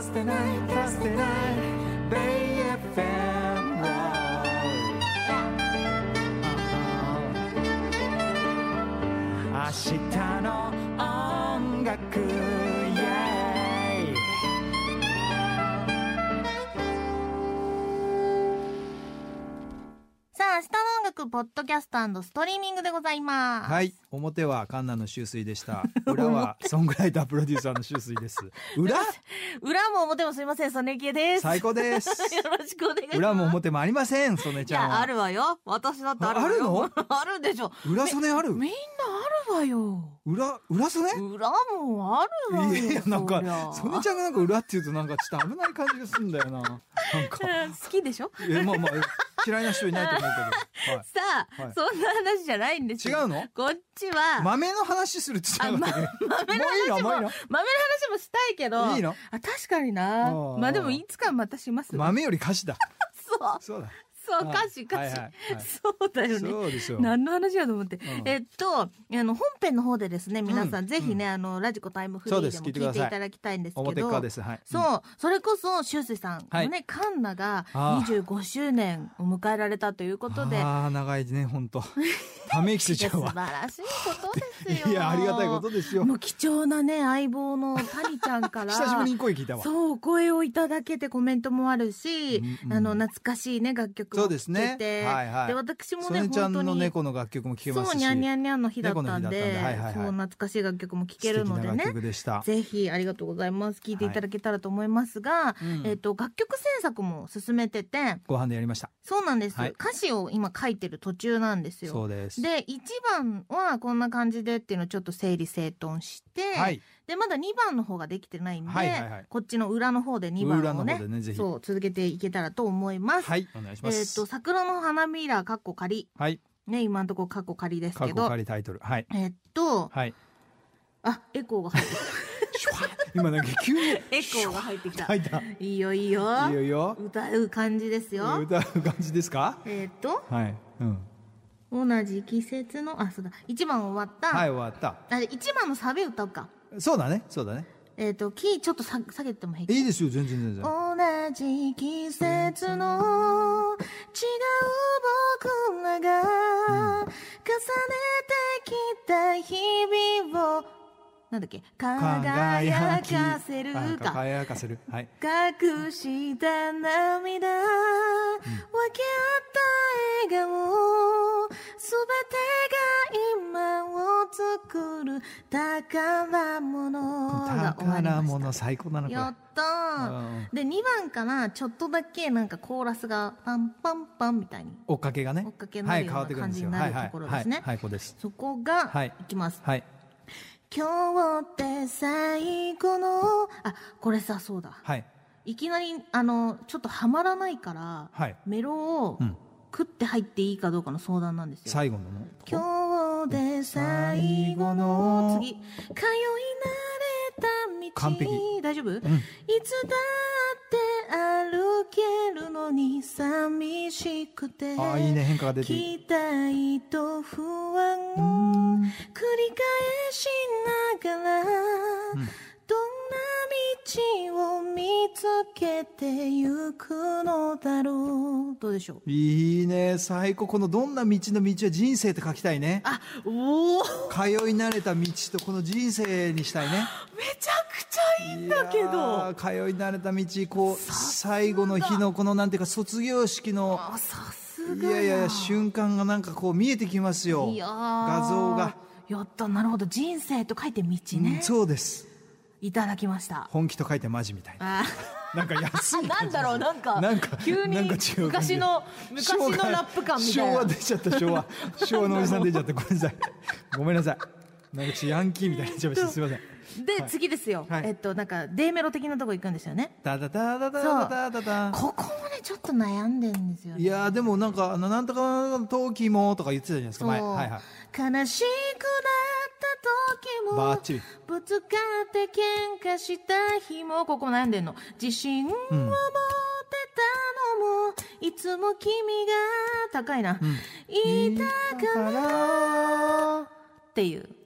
捨てない捨てないベイ FM 明日の音楽イエーイ。 さあ、明日の音楽、ポッドキャスト&ストリーミングでございます。 はい。表はカンナの秋水でした。裏はソングライタープロデューサーの秋水です。裏も表もすいません、ソネキエです。 最高です。 よろしくお願いします。 裏も表もありません、ソネちゃんは。 いや、あるわよ。私だってあるわよ。 あるのあるでしょ。 裏ソネあるみんなあるわよ。 裏ソネ裏もあるわよ。 いや、なんか、ソネちゃんがなんか裏って言うとなんかちょっと危ない感じがするんだよな。なんか。 好きでしょ？ まあまあ、嫌いな人いないと思うけど。はい、 さあ、はい、そんな話じゃないんですよ。 違うの？ こっちは。 豆の話するって言ってなかったっけ？ 豆の話もしたいけど。 いいの？ 確かにな。まあでもいつかまたします。 豆より歌詞だ。 そうだ。そう、歌詞。そうだよね。 そうですよ。 何の話やと思って。本編の方でですね、皆さんぜひね、ラジコタイムフリーでも聞いていただきたいんですけど。 表側です。はい。 そう、それこそ、シュウスイさんのね、カンナが25周年を迎えられたということで。 ああ、長いね、ほんと。ため息ついちゃうわ。 素晴らしいことですよ。 いや、ありがたいことですよ。 もう貴重なね、相棒のタニちゃんから。 久しぶりに声聞いたわ。 そう、声をいただけてコメントもあるし、懐かしいね、楽曲も聴けて。 そうですね。はいはい。 で、私もね、 ソネちゃんの猫の楽曲も聴けますし。 そう、にゃんにゃんにゃんの日だったんで、そう、懐かしい楽曲も聴けるのでね。 素敵な楽曲でした。 ぜひ、ありがとうございます。聴いていただけたらと思いますが、楽曲制作も進めてて。 後半でやりました。 そうなんです。歌詞を今書いてる途中なんですよ。 そうです。 で、1番はこんな感じでっていうのをちょっと整理整頓して、で、まだ2番の方ができてないんで、こっちの裏の方で2番をね、そう、続けていけたらと思います。 はい、お願いします。 桜の花びら、カッコ仮。 はい。 ね、今のところカッコ仮ですけど。 カッコ仮タイトル。はい。 はい。あ、エコーが入ってきた。 今なんか急に。エコーが入ってきた。 入った。 いいよ、いいよ。 いいよいいよ。 歌う感じですよ。 歌う感じですか？ はい。同じ季節の、そうだ。1番終わった。 はい、終わった。 1番のサビ歌うか。 そうだね、そうだね。 キーちょっと下げても平気？ いいですよ、全然。 同じ季節の違う僕らが重ねてきた日々をなんだっけ輝かせるか。 輝かせる。はい。 隠した涙、分け合った笑顔、すべてが今を作る宝物が終わりました。 宝物最高なのか。 やったー。で、2番かな、ちょっとだけなんかコーラスがパンパンパンみたいに。 追っかけがね。 追っかけになるような感じになるところですね。 はい、ここです。 そこが、いきます。 はい。 今日って最後の、これさ、そうだ。 はい。 いきなり、ちょっとはまらないから、メロを、食って入っていいかどうかの相談なんですよ。 最後の今日で最後の、次、通い慣れた道。 完璧。 大丈夫？いつだって歩けるのに寂しくて。 いいね、変化が出てる。 期待と不安を繰り返しながら、どんな道を見つけてゆくのだろう。どうでしょう？ いいね、最高。このどんな道の道は人生って書きたいね。通い慣れた道とこの人生にしたいね。 めちゃくちゃいいんだけど。 通い慣れた道、こう、最後の日のこのなんていうか卒業式の。 さすが。 いや、瞬間がなんかこう見えてきますよ。画像が。 やった、なるほど。人生と書いて道ね。 そうです。 いただきました。 本気と書いてマジみたいな。なんか安い。 なんだろう、なんか急に昔のラップ感みたいな。 昭和出ちゃった、昭和のおじさん出ちゃった。ごめんなさい。ごめんなさい。なんかヤンキーみたいになっちゃいました。すいません。 で、次ですよ。なんか、D メロ的なとこ行くんですよね。 ダダダダダダダダ。 ここもね、ちょっと悩んでるんですよね。 いやでもなんか、なんとかの時もとか言ってたじゃないですか、前。はいはい。 悲しくなった時も、 バッチリ。 ぶつかって喧嘩した日も、ここ悩んでんの。自信を持ってたのも、いつも君が、高いな。いたから、っていう。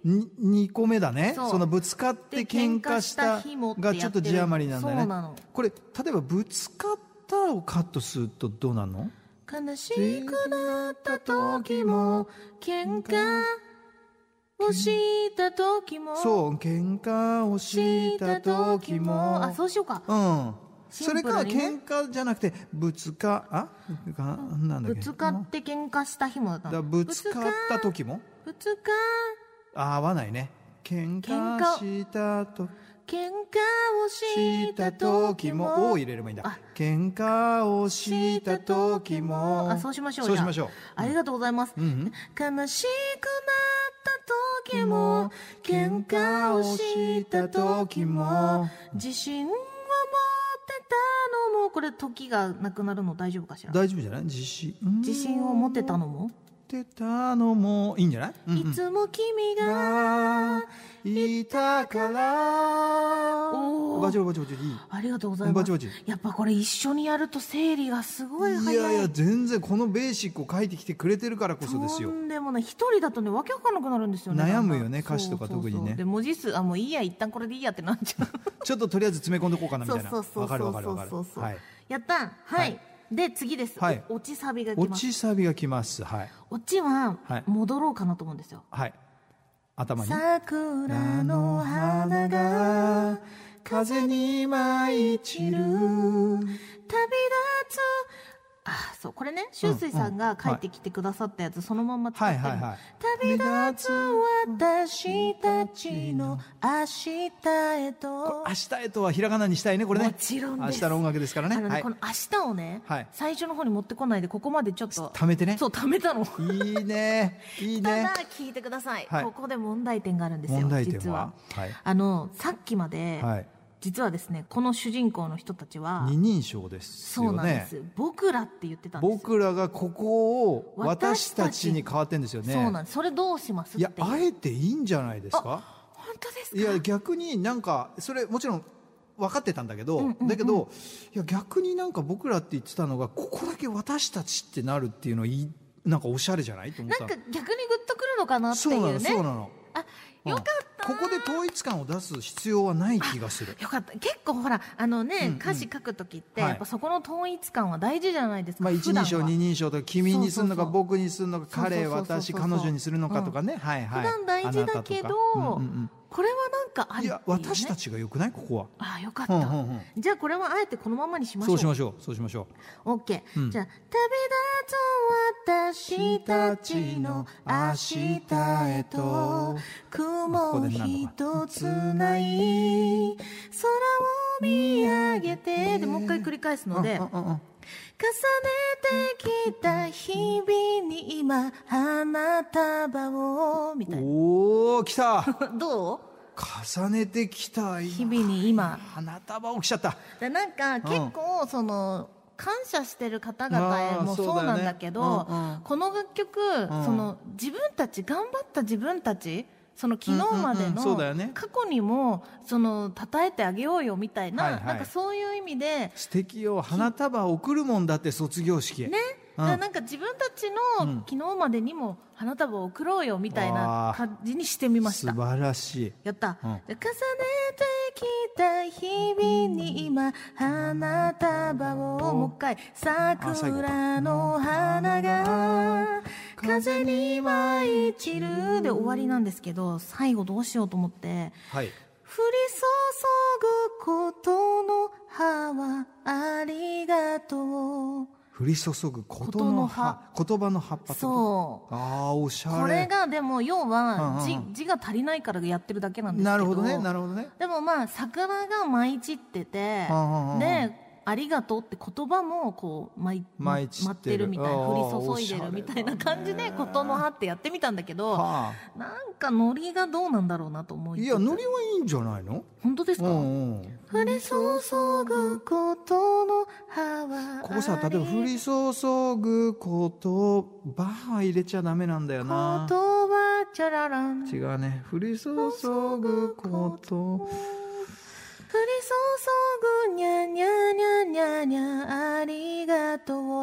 2個目だね。 そうそのぶつかって喧嘩したがちょっと字余りなんだよね。 そうなの。 これ例えばぶつかったをカットするとどうなの？ 悲しくなった時も喧嘩をした時も、 そう、喧嘩をした時も。 あ、そうしようか。 うん。それかシンプルにね喧嘩じゃなくてなんだっけ、 ぶつかって喧嘩した日もだったの。 ぶつかった時もぶつか合わないね。喧嘩したと喧嘩をした時もを入れればいいんだ。喧嘩をした時も。 あ、そうしましょう。 そうしましょう。 ありがとうございます。 うん、 悲しくなった時も喧嘩をした時も自信を持ってたのも、これ時がなくなるの大丈夫かしら？ 大丈夫じゃない？自信を持ってたのもいいんじゃない？ いつも君がいたからバチバチバチいい。 ありがとうございます。 バチバチ。 やっぱこれ一緒にやると整理がすごい早い。 いやいや全然このベーシックを書いてきてくれてるからこそですよ。 とんでもない。一人だとねわけわかんなくなるんですよね。 悩むよね、歌詞とか特にね。 で文字数もういいや、一旦これでいいやってなっちゃうちょっととりあえず詰め込んでこうかなみたいな。 わかるわかるわかる。はい、 やった。はい、で次です。 はい、 落ちサビが来ます。 落ちサビが来ます。はい、 落ちは戻ろうかなと思うんですよ。 はい、頭に桜の花が風に舞い散る旅立つ。あ、そう、これね、周水さんが帰ってきてくださったやつ、そのまんま使ってる、旅立つ私たちの明日へと。 明日へとはひらがなにしたいね、これね。 もちろんです。 明日の音楽ですからね。 この明日をね、最初の方に持ってこないで、ここまでちょっと貯めてね。 そう、貯めたの。 いいね、いいね。 ただ聞いてください、ここで問題点があるんですよ。 問題点は実は、さっきまで、実はですね、この主人公の人たちは二人称ですよね。 そうなんです。僕らって言ってたんですよ。 僕らがここを私たちに変わってんですよね。 そうなんです。それどうしますって。 いや、あえていいんじゃないですか。 本当ですか。 いや、逆になんかそれもちろん分かってたんだけど、だけどいや逆になんか僕らって言ってたのがここだけ私たちってなるっていうのなんかおしゃれじゃないと思った。 なんか逆にグッとくるのかなっていうね。 そうなの。 あ、よかった。 ここで統一感を出す必要はない気がする。 よかった。結構ほら歌詞書くときってやっぱそこの統一感は大事じゃないですか。 一人称二人称とか君にするのか僕にするのか彼私彼女にするのかとかね。はいはい。 普段大事だけどこれはなんかありっていうね。いや私たちがよくないここは。 あ、よかった。じゃあこれはあえてこのままにしましょう。 そうしましょう。オッケー。じゃあ旅立つ私たちの明日へと雲一つない空を見上げてでもう一回繰り返すので、重ねてきた日々に今花束をみたいな。 おー、来たどう？ 重ねてきた日々に今花束を来ちゃった。 でなんか結構感謝してる方々へもそうなんだけど、この楽曲、自分たち頑張った自分たち昨日までの過去にも称えてあげようよみたいな、なんかそういう意味で素敵よ。花束を贈るもんだって卒業式ね。 なんか自分たちの昨日までにも花束を贈ろうよみたいな感じにしてみました。 素晴らしい。 やった、重ねてきた日々に今花束をもう一回桜の花が風に舞い散るで終わりなんですけど、最後どうしようと思って、降り注ぐことの葉はありがとう。 降り注ぐことの葉、言葉の葉っぱとか。 そう。 ああ、おしゃれ。 これがでも要は字が足りないからやってるだけなんですけど。 なるほどね、なるほどね。 でも桜が舞い散ってて、でありがとうって言葉もこう舞ってるみたいな、降り注いでるみたいな感じでことの葉ってやってみたんだけど、なんかノリがどうなんだろうなと思いつつ。 いや、ノリはいいんじゃないの。 本当ですか。降り注ぐことの葉はここさ、例えば降り注ぐことバーは入れちゃダメなんだよな。 言葉チャララン。 違うね。降り注ぐこと降り注ぐにゃにゃにゃにゃにゃありがとう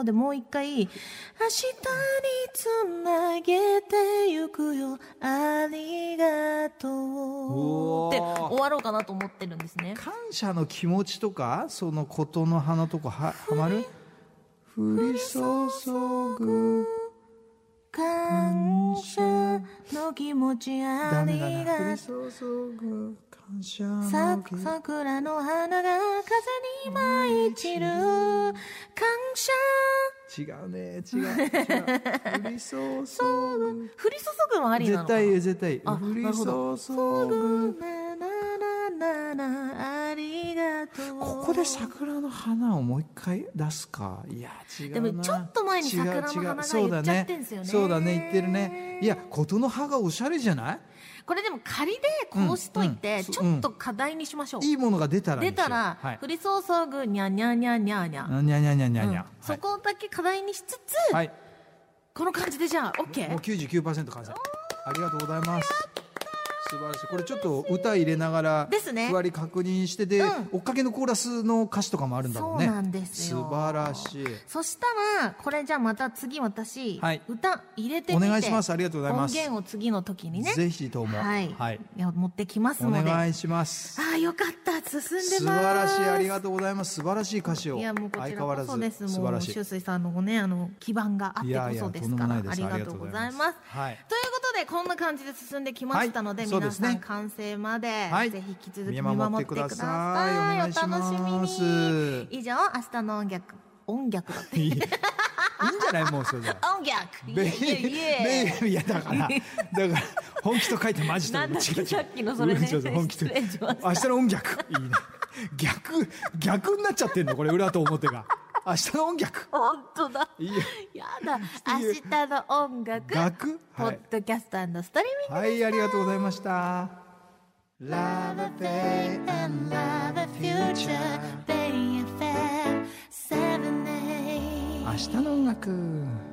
でもう一回、明日につなげてゆくよ、ありがとうって終わろうかなと思ってるんですね。 感謝の気持ちとかそのことの葉のとこはまる？降り注ぐ感謝の気持ち、ありがとう。 降り注ぐ感謝の気持ち、 桜の花が風に舞い散る感謝。 違うね、違う降り注ぐ、 降り注ぐもありなのかな。 絶対あ、 降りなるほど。 注ぐ。 ありがとう。 ここで桜の花をもう一回出すか。いや違うな。 でもちょっと前に桜の花が言っちゃってんすよね。 そうだね、言ってるね。いや、琴の葉がおしゃれじゃない？ これでも仮でこうしといて、ちょっと課題にしましょう。 いいものが出たらにしよう。 出たら、 はい、 降り注ぐにゃにゃにゃにゃにゃ。 にゃにゃにゃにゃにゃ。 そこだけ課題にしつつ、 はい、 この感じでじゃあ OK。 もう 99% 完成。ありがとうございます。素晴らしい。これちょっと歌入れながらですね、 ふわり確認してで、追っかけのコーラスの歌詞とかもあるんだろうね。 そうなんですよ。 素晴らしい。 そしたらこれじゃあまた次私、 はい、 歌入れてみて、 お願いします。ありがとうございます。 音源を次の時にね、 ぜひとも、 はい、 はい、 いや持ってきますのでお願いします。 ああよかった、進んでます。 素晴らしい、ありがとうございます。素晴らしい歌詞を。 いやもうこちらこそです。 素晴らしい。 もう周水さんのね基盤があってこそですから、ありがとうございます。 はい、 ということでこんな感じで進んできましたので、皆さん完成まで、はい、ぜひ引き続き見守ってください。お楽しみに。以上、明日の音楽だっていいんじゃない、もうそれじゃ音楽いやだから本気と書いてマジとなんだっけ、さっきのそれね、 本気と失礼しました。 明日の音楽いいね。逆になっちゃってんのこれ、裏と表が。明日の音楽、 本当だ。 いいよ。 やだ、明日の音楽ポッドキャスト&ストリーミングでした。 はい、ありがとうございました。 Love a day and love a future, Bay FM 7A。 明日の音楽。